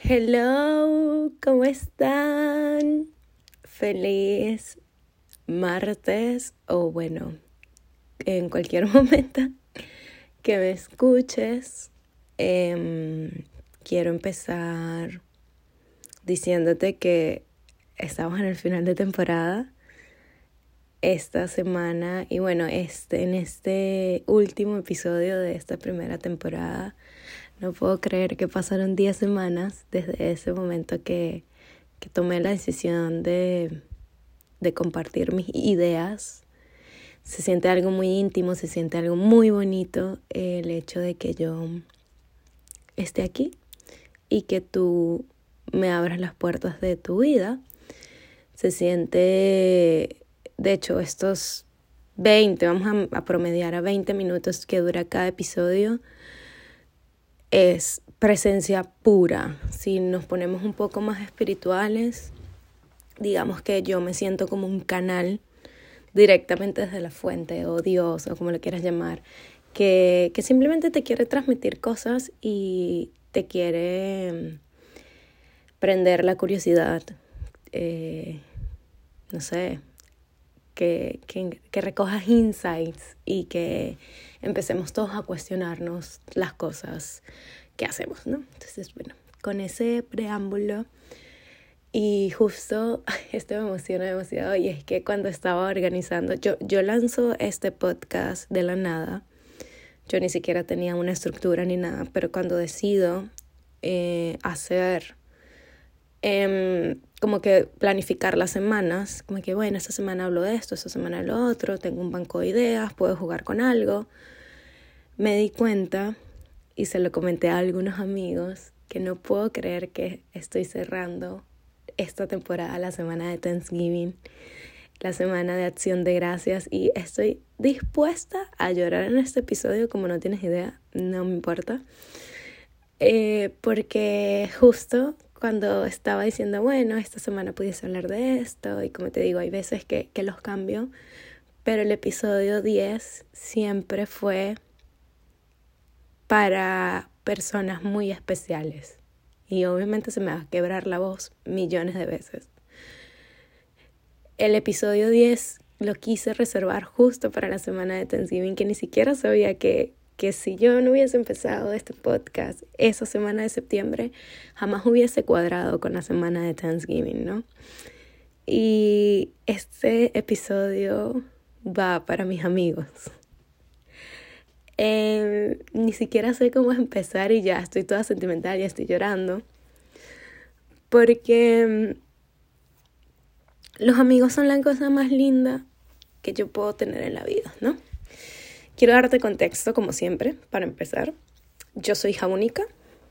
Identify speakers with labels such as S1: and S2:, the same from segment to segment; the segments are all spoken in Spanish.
S1: Hello, ¿cómo están? Feliz martes o bueno, en cualquier momento que me escuches. Quiero empezar diciéndote que estamos en el final de temporada esta semana y bueno, en este último episodio de esta primera temporada. No puedo creer que pasaron 10 semanas desde ese momento que tomé la decisión de compartir mis ideas. Se siente algo muy íntimo, se siente algo muy bonito el hecho de que yo esté aquí y que tú me abras las puertas de tu vida. Se siente, de hecho, estos 20, vamos a promediar a 20 minutos que dura cada episodio, es presencia pura. Si nos ponemos un poco más espirituales, digamos que yo me siento como un canal directamente desde la fuente o Dios o como lo quieras llamar, que simplemente te quiere transmitir cosas y te quiere prender la curiosidad, no sé, que recojas insights y que empecemos todos a cuestionarnos las cosas que hacemos, ¿no? Entonces, bueno, con ese preámbulo y justo esto me emociona demasiado y es que cuando estaba organizando, yo lanzo este podcast de la nada, yo ni siquiera tenía una estructura ni nada, pero cuando decido hacer como que planificar las semanas, como que bueno, esta semana hablo de esto, esta semana de lo otro, tengo un banco de ideas, puedo jugar con algo. Me di cuenta y se lo comenté a algunos amigos que no puedo creer que estoy cerrando esta temporada, la semana de Thanksgiving, la semana de Acción de Gracias, y estoy dispuesta a llorar en este episodio como no tienes idea, no me importa, porque justo cuando estaba diciendo, bueno, esta semana pudiese hablar de esto, y como te digo, hay veces que los cambio, pero el episodio 10 siempre fue para personas muy especiales. Y obviamente se me va a quebrar la voz millones de veces. El episodio 10 lo quise reservar justo para la semana de Thanksgiving, que ni siquiera sabía que si yo no hubiese empezado este podcast esa semana de septiembre, jamás hubiese cuadrado con la semana de Thanksgiving, ¿no? Y este episodio va para mis amigos. Ni siquiera sé cómo empezar y ya estoy toda sentimental, ya estoy llorando. Porque los amigos son la cosa más linda que yo puedo tener en la vida, ¿no? Quiero darte contexto, como siempre, para empezar. Yo soy hija única.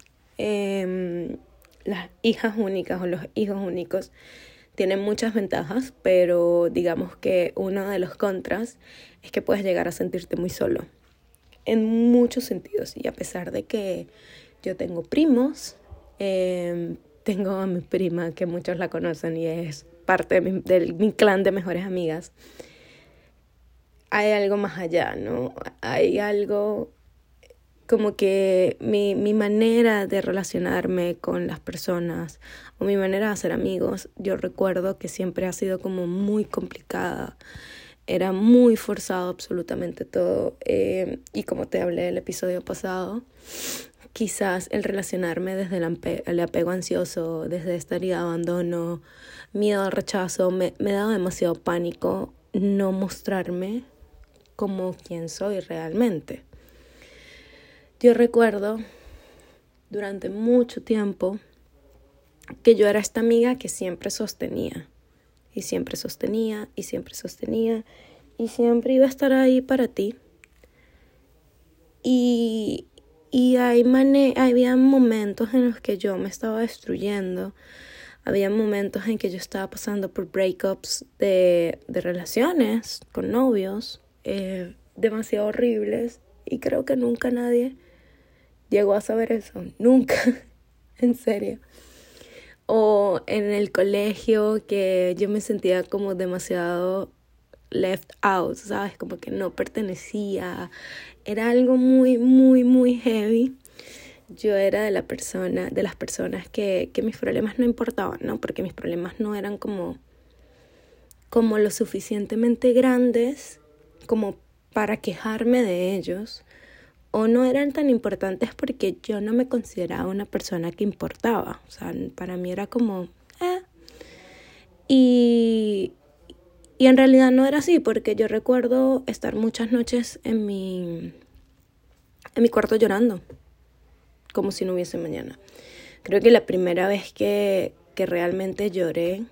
S1: Las hijas únicas o los hijos únicos tienen muchas ventajas, pero digamos que uno de los contras es que puedes llegar a sentirte muy solo. En muchos sentidos. Y a pesar de que yo tengo primos, tengo a mi prima, que muchos la conocen y es parte de mi clan de mejores amigas, hay algo más allá, ¿no? Hay algo como que mi manera de relacionarme con las personas o mi manera de hacer amigos, yo recuerdo que siempre ha sido como muy complicada. Era muy forzado absolutamente todo. Y como te hablé el episodio pasado, quizás el relacionarme desde el apego ansioso, desde esta herida de abandono, miedo al rechazo, me daba demasiado pánico no mostrarme como quien soy realmente. Yo recuerdo durante mucho tiempo que yo era esta amiga que siempre sostenía. Y siempre sostenía, y siempre sostenía, y siempre iba a estar ahí para ti. Y había momentos en los que yo me estaba destruyendo. Había momentos en que yo estaba pasando por breakups de relaciones con novios demasiado horribles. Y creo que nunca nadie llegó a saber eso. Nunca, en serio. O en el colegio que yo me sentía como demasiado left out, ¿sabes? Como que no pertenecía. Era algo muy, muy, muy heavy. yo era de las personas que mis problemas no importaban, ¿no? Porque mis problemas no eran como lo suficientemente grandes como para quejarme de ellos, o no eran tan importantes porque yo no me consideraba una persona que importaba. O sea, para mí era como, Y en realidad no era así, porque yo recuerdo estar muchas noches en mi cuarto llorando, como si no hubiese mañana. Creo que la primera vez que realmente lloré,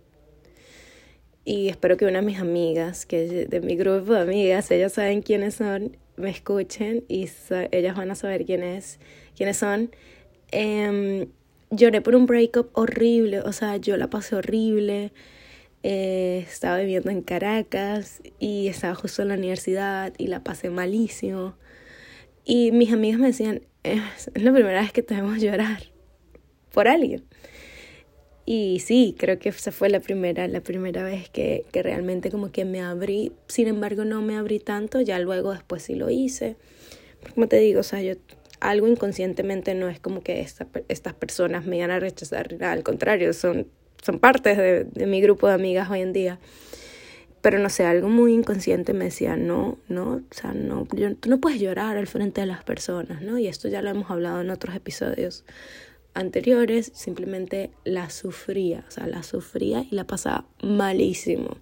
S1: y espero que una de mis amigas, que de mi grupo de amigas, ellas saben quiénes son, me escuchen y ellas van a saber quiénes son. Lloré por un breakup horrible, o sea, yo la pasé horrible. Estaba viviendo en Caracas y estaba justo en la universidad y la pasé malísimo. Y mis amigas me decían, es la primera vez que te vemos llorar por alguien. Y sí, creo que esa fue la primera vez que realmente como que me abrí. Sin embargo, no me abrí tanto, ya luego después sí lo hice. Como te digo, o sea, yo algo inconscientemente no es como que estas personas me iban a rechazar, al contrario, son partes de mi grupo de amigas hoy en día. Pero no sé, algo muy inconsciente me decía, no, o sea, no, tú no puedes llorar al frente de las personas, ¿no? Y esto ya lo hemos hablado en otros episodios anteriores. Simplemente la sufría y la pasaba malísimo.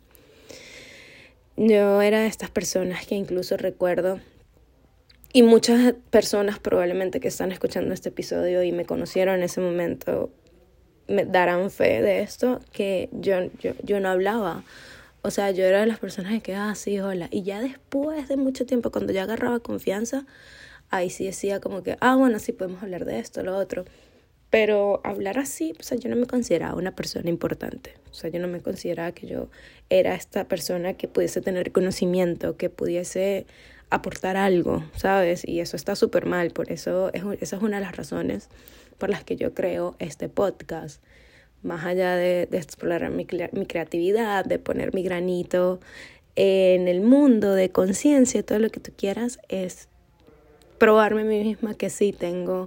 S1: Yo era de estas personas que incluso recuerdo, y muchas personas probablemente que están escuchando este episodio y me conocieron en ese momento me darán fe de esto, que yo no hablaba. O sea, yo era de las personas que, sí, hola. Y ya después de mucho tiempo, cuando ya agarraba confianza, ahí sí decía como que, bueno, sí podemos hablar de esto, lo otro. Pero hablar así, o sea, yo no me consideraba una persona importante. O sea, yo no me consideraba que yo era esta persona que pudiese tener conocimiento, que pudiese aportar algo, ¿sabes? Y eso está súper mal. Por eso, esa es una de las razones por las que yo creo este podcast. Más allá de explorar mi creatividad, de poner mi granito en el mundo, de conciencia, todo lo que tú quieras, es probarme a mí misma que sí tengo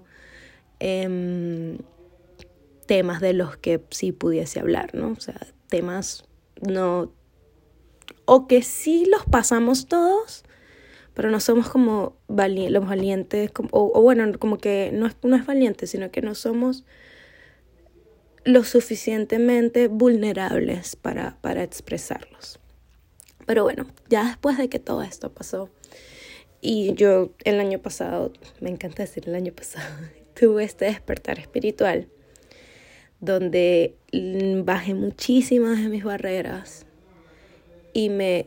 S1: temas de los que sí pudiese hablar, ¿no? O sea, temas no, o que sí los pasamos todos, pero no somos como los valientes, o bueno, como que no es valiente, sino que no somos lo suficientemente vulnerables para expresarlos. Pero bueno, ya después de que todo esto pasó, y yo el año pasado, me encanta decir el año pasado, tuve este despertar espiritual, donde bajé muchísimas de mis barreras y me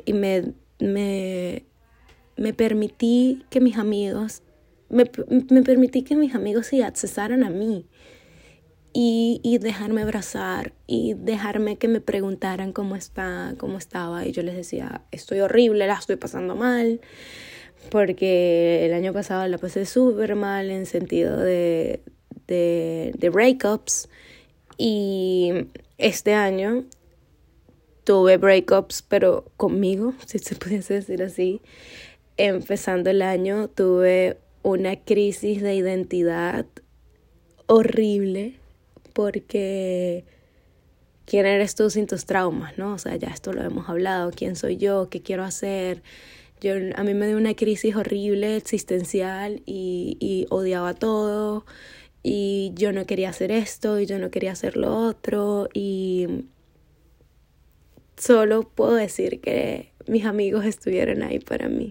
S1: permití que mis amigos, me permití que mis amigos se accesaran a mí. Y dejarme abrazar y dejarme que me preguntaran cómo estaba. Y yo les decía, estoy horrible, la estoy pasando mal, porque el año pasado la pasé súper mal en sentido de breakups. Y este año tuve breakups, pero conmigo, si se pudiese decir así. Empezando el año tuve una crisis de identidad horrible, porque ¿quién eres tú sin tus traumas, no? O sea, ya esto lo hemos hablado. ¿Quién soy yo? ¿Qué quiero hacer? A mí me dio una crisis horrible, existencial, y odiaba todo. Y yo no quería hacer esto, y yo no quería hacer lo otro. Y solo puedo decir que mis amigos estuvieron ahí para mí.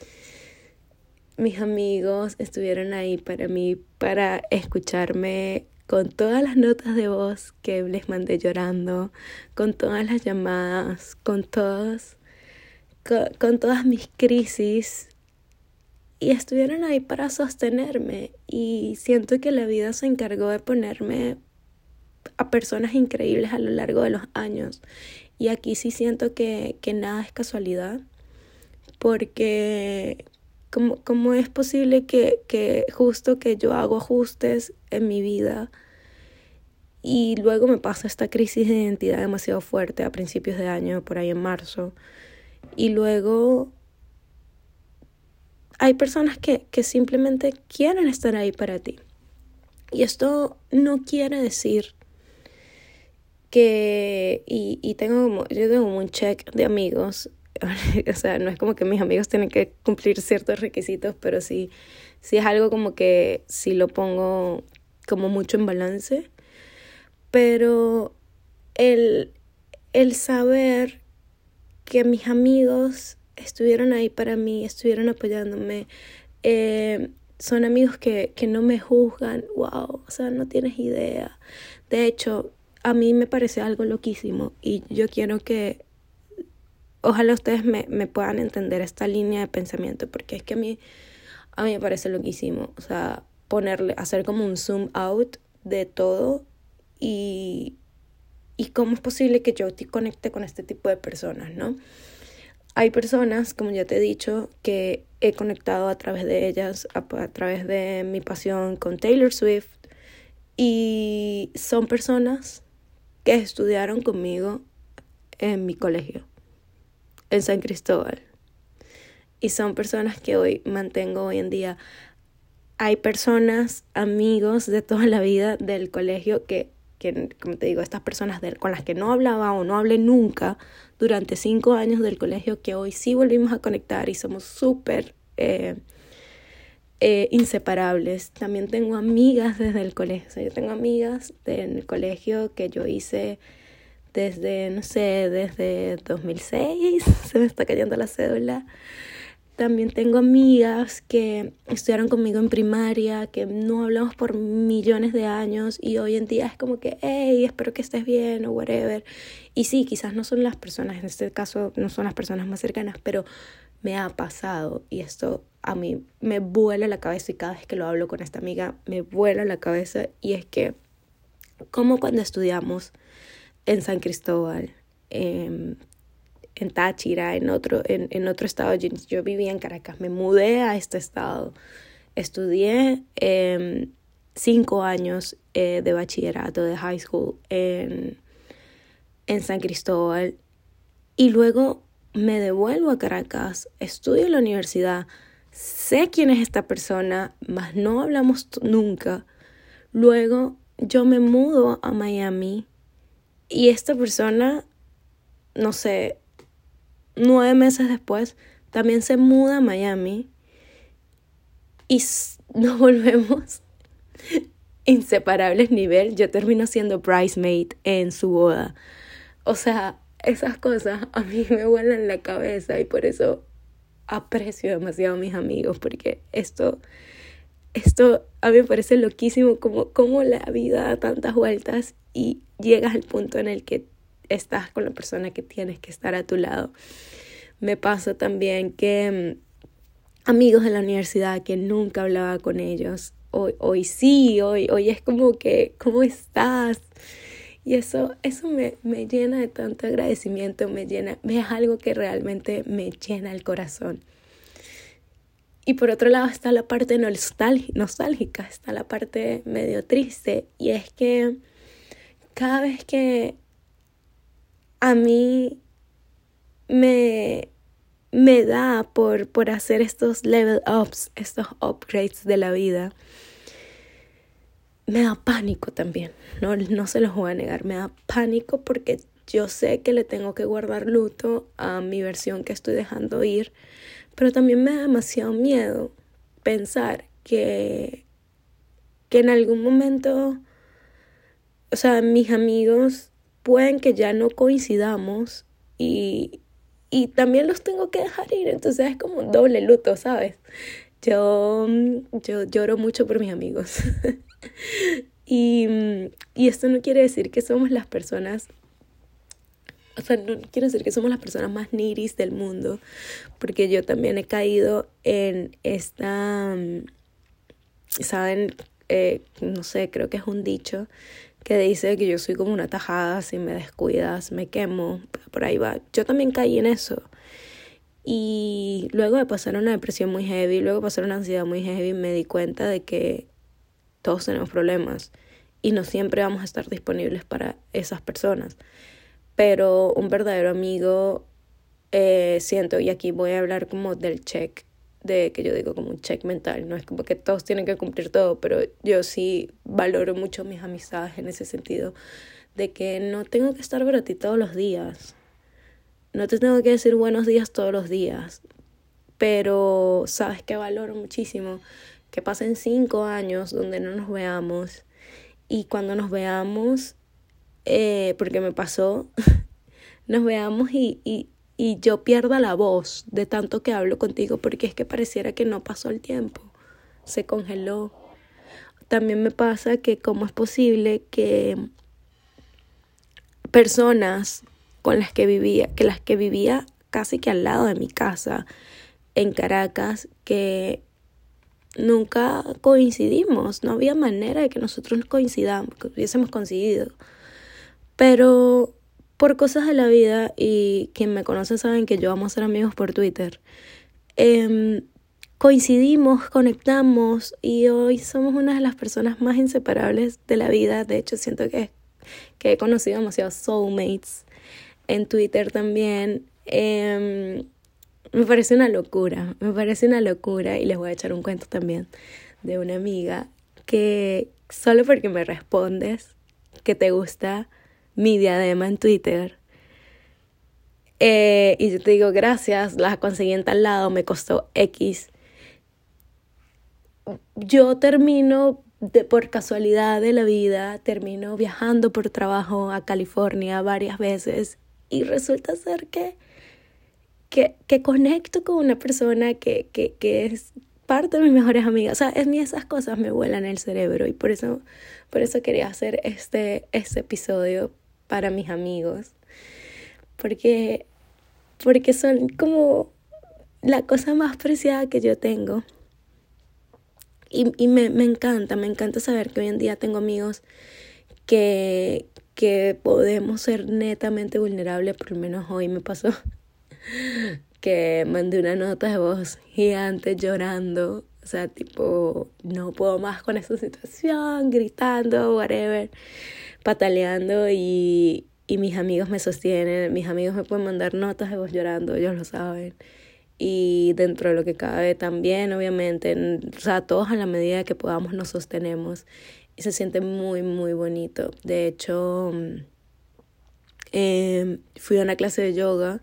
S1: Mis amigos estuvieron ahí para mí, para escucharme con todas las notas de voz que les mandé llorando, con todas las llamadas, con todas mis crisis, y estuvieron ahí para sostenerme. Y siento que la vida se encargó de ponerme a personas increíbles a lo largo de los años. Y aquí sí siento que nada es casualidad, porque ¿cómo es posible que justo que yo hago ajustes en mi vida y luego me pasa esta crisis de identidad demasiado fuerte a principios de año, por ahí en marzo, y luego hay personas que simplemente quieren estar ahí para ti, Y esto no quiere decir que, yo tengo como un check de amigos, o sea, no es como que mis amigos tienen que cumplir ciertos requisitos, pero sí es algo como que sí lo pongo como mucho en balance, pero el saber que mis amigos estuvieron ahí para mí, estuvieron apoyándome, son amigos que no me juzgan, wow, o sea, no tienes idea. De hecho, a mí me parece algo loquísimo y yo quiero que ojalá ustedes me puedan entender esta línea de pensamiento, porque es que a mí me parece loquísimo, o sea, hacer como un zoom out de todo y cómo es posible que yo te conecte con este tipo de personas, ¿no? Hay personas, como ya te he dicho, que he conectado a través de ellas, a través de mi pasión con Taylor Swift, y son personas que estudiaron conmigo en mi colegio, en San Cristóbal, y son personas que hoy mantengo hoy en día. Hay personas, amigos de toda la vida del colegio que como te digo, estas personas con las que no hablaba o no hablé nunca durante 5 años del colegio, que hoy sí volvimos a conectar y somos súper inseparables. También tengo amigas desde el colegio, o sea, yo tengo amigas en el colegio que yo hice desde 2006, se me está cayendo la cédula. También tengo amigas que estudiaron conmigo en primaria, que no hablamos por millones de años y hoy en día es como que, hey, espero que estés bien o whatever. Y sí, quizás no son las personas, en este caso no son las personas más cercanas, pero me ha pasado y esto a mí me vuela la cabeza y cada vez que lo hablo con esta amiga me vuela la cabeza, y es que como cuando estudiamos en San Cristóbal, en Táchira, en otro estado. Yo vivía en Caracas, me mudé a este estado, estudié 5 años de bachillerato, de high school en San Cristóbal, y luego me devuelvo a Caracas, estudio en la universidad, sé quién es esta persona, mas no hablamos nunca. Luego yo me mudo a Miami y esta persona, no sé, 9 meses después, también se muda a Miami y nos volvemos inseparables nivel. Yo termino siendo bridesmaid en su boda. O sea, esas cosas a mí me vuelan la cabeza y por eso aprecio demasiado a mis amigos, porque esto a mí me parece loquísimo como la vida da tantas vueltas y llegas al punto en el que estás con la persona que tienes que estar a tu lado. Me pasa también que amigos de la universidad que nunca hablaba con ellos, hoy sí, hoy es como que, ¿cómo estás? Y eso me llena de tanto agradecimiento, es algo que realmente me llena el corazón. Y por otro lado está la parte nostálgica, está la parte medio triste, y es que cada vez que a mí me da por hacer estos level ups, estos upgrades de la vida, me da pánico también, no se los voy a negar, me da pánico porque yo sé que le tengo que guardar luto a mi versión que estoy dejando ir, pero también me da demasiado miedo pensar que en algún momento, o sea, mis amigos pueden que ya no coincidamos y también los tengo que dejar ir, entonces es como un doble luto, ¿sabes? Yo lloro mucho por mis amigos. y esto no quiere decir que somos las personas, o sea, no quiere decir que somos las personas más niris del mundo, porque yo también he caído en esta, ¿saben? No sé, creo que es un dicho que dice que yo soy como una tajada, si me descuidas me quemo, por ahí va. Yo también caí en eso. Y luego de pasar una depresión muy heavy, luego de pasar una ansiedad muy heavy, me di cuenta de que todos tenemos problemas y no siempre vamos a estar disponibles para esas personas. Pero un verdadero amigo, siento, y aquí voy a hablar como del check de que yo digo como un check mental. No es como que todos tienen que cumplir todo, pero yo sí valoro mucho mis amistades en ese sentido, de que no tengo que estar para ti todos los días. No te tengo que decir buenos días todos los días, pero sabes que valoro muchísimo que pasen 5 años donde no nos veamos, y cuando nos veamos, porque me pasó, nos veamos y yo pierda la voz de tanto que hablo contigo, porque es que pareciera que no pasó el tiempo, se congeló. También me pasa que cómo es posible que personas con las que vivía casi que al lado de mi casa en Caracas, que nunca coincidimos, no había manera de que nosotros coincidamos, que hubiésemos coincidido, pero por cosas de la vida, y quien me conoce saben que yo amo ser amigos por Twitter, coincidimos, conectamos, y hoy somos una de las personas más inseparables de la vida. De hecho, siento que he conocido demasiados soulmates en Twitter también. Me parece una locura, y les voy a echar un cuento también de una amiga que solo porque me respondes que te gusta mi diadema en Twitter, y yo te digo gracias, la conseguí en tal lado, me costó X, yo termino por casualidad de la vida, termino viajando por trabajo a California varias veces, y resulta ser que conecto con una persona que es parte de mis mejores amigas. O sea, esas cosas me vuelan el cerebro, y por eso quería hacer este episodio para mis amigos, porque son como la cosa más preciada que yo tengo, y me encanta saber que hoy en día tengo amigos que podemos ser netamente vulnerables. Por lo menos hoy me pasó que mandé una nota de voz gigante llorando, o sea, tipo, no puedo más con esta situación, gritando, whatever, pataleando, y mis amigos me sostienen, mis amigos me pueden mandar notas de voz llorando, ellos lo saben, y dentro de lo que cabe también, obviamente, o sea, todos a la medida que podamos nos sostenemos, y se siente muy, muy bonito. De hecho, fui a una clase de yoga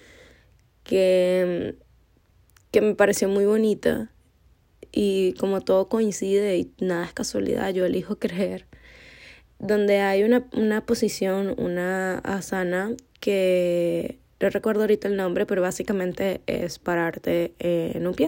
S1: que me pareció muy bonita, y como todo coincide y nada es casualidad, yo elijo creer, donde hay una posición, una asana, que no recuerdo ahorita el nombre, pero básicamente es pararte en un pie,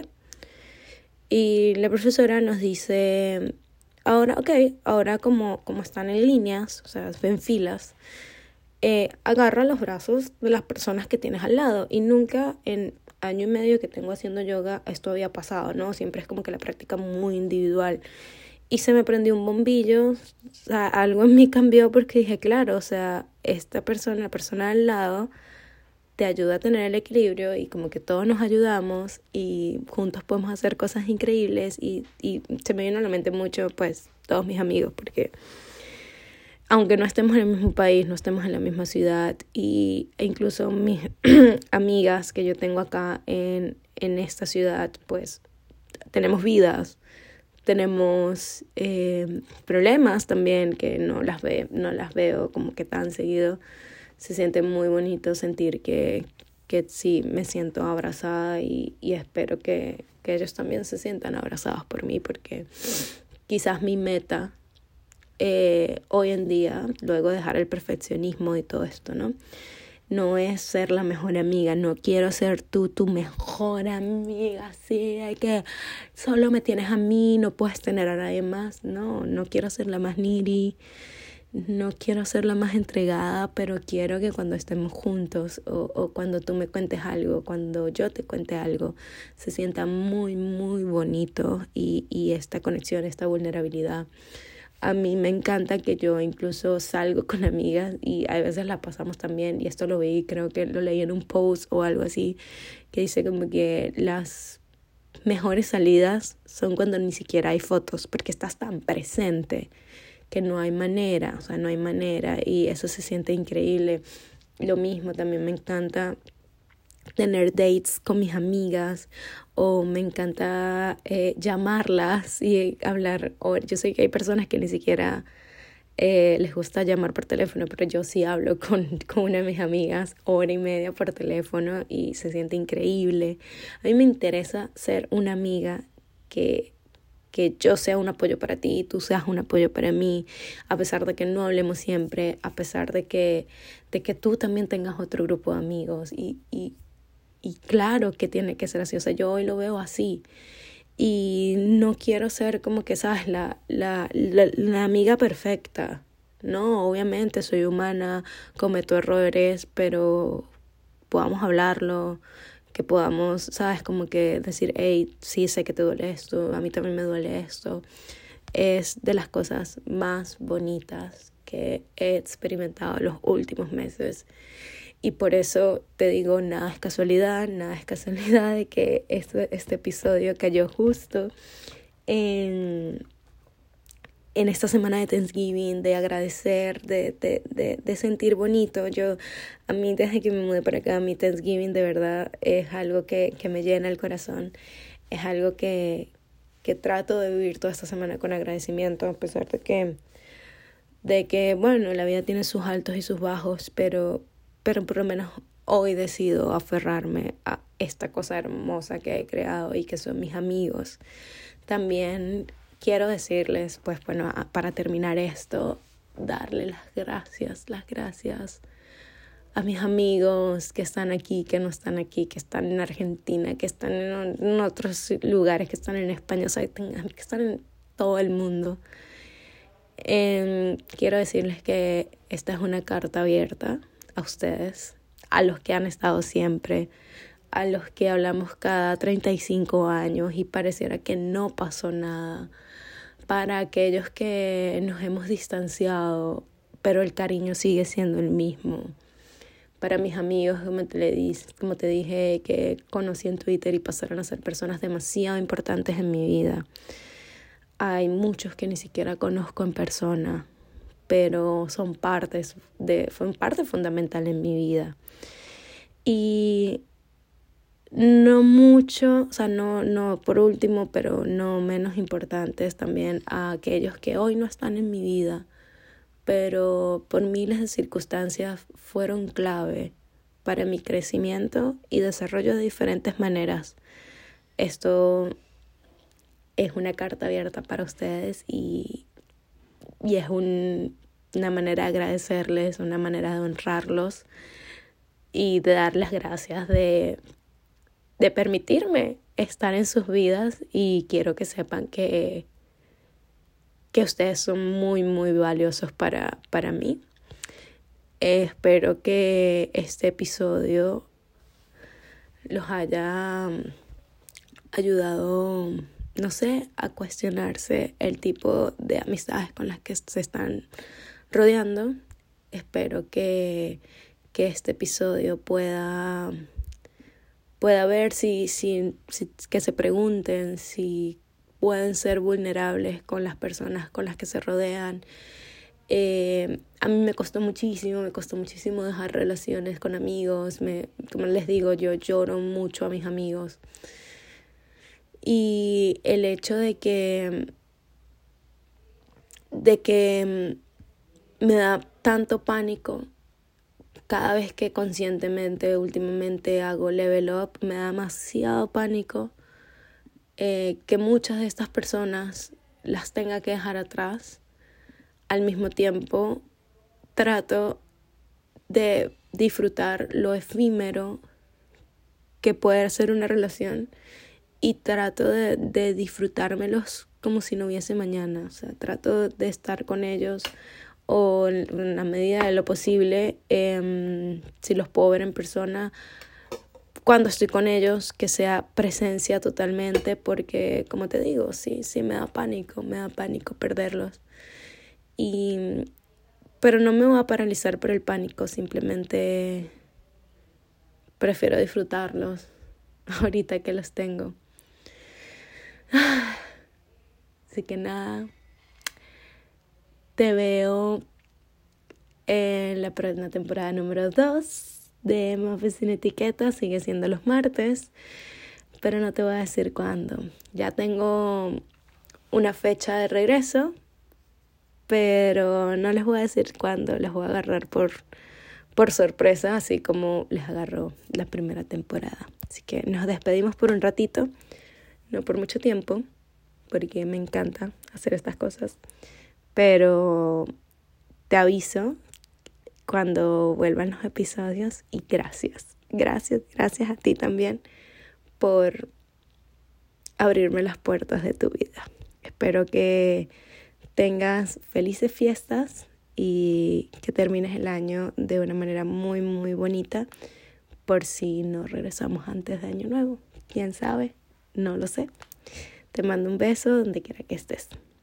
S1: y la profesora nos dice, ahora como están en líneas, o sea, en filas, agarra los brazos de las personas que tienes al lado. Y nunca en año y medio que tengo haciendo yoga esto había pasado, ¿no? Siempre es como que la práctica muy individual. Y se me prendió un bombillo, o sea, algo en mí cambió, porque dije, claro, o sea, esta persona, la persona al lado, te ayuda a tener el equilibrio, y como que todos nos ayudamos y juntos podemos hacer cosas increíbles. Y se me vino a la mente mucho, pues, todos mis amigos, porque aunque no estemos en el mismo país, no estemos en la misma ciudad, e incluso mis amigas que yo tengo acá en esta ciudad, pues tenemos vidas, tenemos problemas también, que no las veo como que tan seguido. Se siente muy bonito sentir que sí me siento abrazada, y espero que ellos también se sientan abrazados por mí, porque quizás mi meta hoy en día, luego de dejar el perfeccionismo y todo esto, no es ser la mejor amiga. No quiero ser tu mejor amiga, así de que solo me tienes a mí, no puedes tener a nadie más. No quiero ser la más needy, no quiero ser la más entregada, pero quiero que cuando estemos juntos, o cuando tú me cuentes algo, cuando yo te cuente algo, se sienta muy, muy bonito, y esta conexión, esta vulnerabilidad. A mí me encanta que yo incluso salgo con amigas, y a veces la pasamos también, y esto lo vi, creo que lo leí en un post o algo así, que dice como que las mejores salidas son cuando ni siquiera hay fotos, porque estás tan presente que no hay manera, y eso se siente increíble. Lo mismo, también me encanta tener dates con mis amigas, o me encanta llamarlas y hablar. O yo sé que hay personas que ni siquiera les gusta llamar por teléfono, pero yo sí hablo con una de mis amigas 1 hora y media por teléfono y se siente increíble. A mí me interesa ser una amiga que yo sea un apoyo para ti y tú seas un apoyo para mí, a pesar de que no hablemos siempre, a pesar de que tú también tengas otro grupo de amigos. Y claro que tiene que ser así, o sea, yo hoy lo veo así. Y no quiero ser como que, ¿sabes? La amiga perfecta. No, obviamente soy humana, cometo errores, pero podamos hablarlo, que podamos, ¿sabes? Como que decir, hey, sí sé que te duele esto, a mí también me duele esto. Es de las cosas más bonitas que he experimentado los últimos meses. Y por eso te digo, nada es casualidad de que este episodio cayó justo en esta semana de Thanksgiving, de agradecer, de sentir bonito. A mí desde que me mudé para acá, mi Thanksgiving de verdad es algo que me llena el corazón. Es algo que trato de vivir toda esta semana con agradecimiento, a pesar de que bueno, la vida tiene sus altos y sus bajos, pero por lo menos hoy decido aferrarme a esta cosa hermosa que he creado y que son mis amigos. También quiero decirles, pues bueno, para terminar esto, darle las gracias a mis amigos que están aquí, que no están aquí, que están en Argentina, que están en otros lugares, que están en España, o sea, que están en todo el mundo. Quiero decirles que esta es una carta abierta a ustedes, a los que han estado siempre, a los que hablamos cada 35 años y pareciera que no pasó nada, para aquellos que nos hemos distanciado, pero el cariño sigue siendo el mismo, para mis amigos, como te dije, que conocí en Twitter y pasaron a ser personas demasiado importantes en mi vida. Hay muchos que ni siquiera conozco en persona, pero son parte fundamental en mi vida. Y no mucho, o sea, no por último, pero no menos importantes también a aquellos que hoy no están en mi vida, pero por miles de circunstancias fueron clave para mi crecimiento y desarrollo de diferentes maneras. Esto es una carta abierta para ustedes y es una manera de agradecerles, una manera de honrarlos y de darles gracias de permitirme estar en sus vidas. Y quiero que sepan que ustedes son muy, muy valiosos para mí. Espero que este episodio los haya ayudado, no sé, a cuestionarse el tipo de amistades con las que se están rodeando. Espero que este episodio pueda ver si que se pregunten si pueden ser vulnerables con las personas con las que se rodean. A mí me costó muchísimo dejar relaciones con amigos. Como les digo, yo lloro mucho a mis amigos. Y el hecho de que me da tanto pánico cada vez que conscientemente últimamente hago level up, me da demasiado pánico que muchas de estas personas las tenga que dejar atrás. Al mismo tiempo trato de disfrutar lo efímero que puede ser una relación y trato de disfrutármelos como si no hubiese mañana. O sea, trato de estar con ellos o en la medida de lo posible, si los puedo ver en persona, cuando estoy con ellos, que sea presencia totalmente, porque como te digo, sí me da pánico perderlos. Pero no me voy a paralizar por el pánico, simplemente prefiero disfrutarlos ahorita que los tengo. Así que nada, te veo en la temporada número 2 de Mafe Sin Etiqueta sigue siendo los martes, pero no te voy a decir cuándo. Ya tengo una fecha de regreso, pero no les voy a decir cuándo. Les voy a agarrar por sorpresa, así como les agarró la primera temporada. Así que nos despedimos por un ratito, no por mucho tiempo, porque me encanta hacer estas cosas, pero te aviso cuando vuelvan los episodios y gracias a ti también por abrirme las puertas de tu vida. Espero que tengas felices fiestas y que termines el año de una manera muy, muy bonita, por si no regresamos antes de Año Nuevo. ¿Quién sabe? No lo sé. Te mando un beso donde quiera que estés.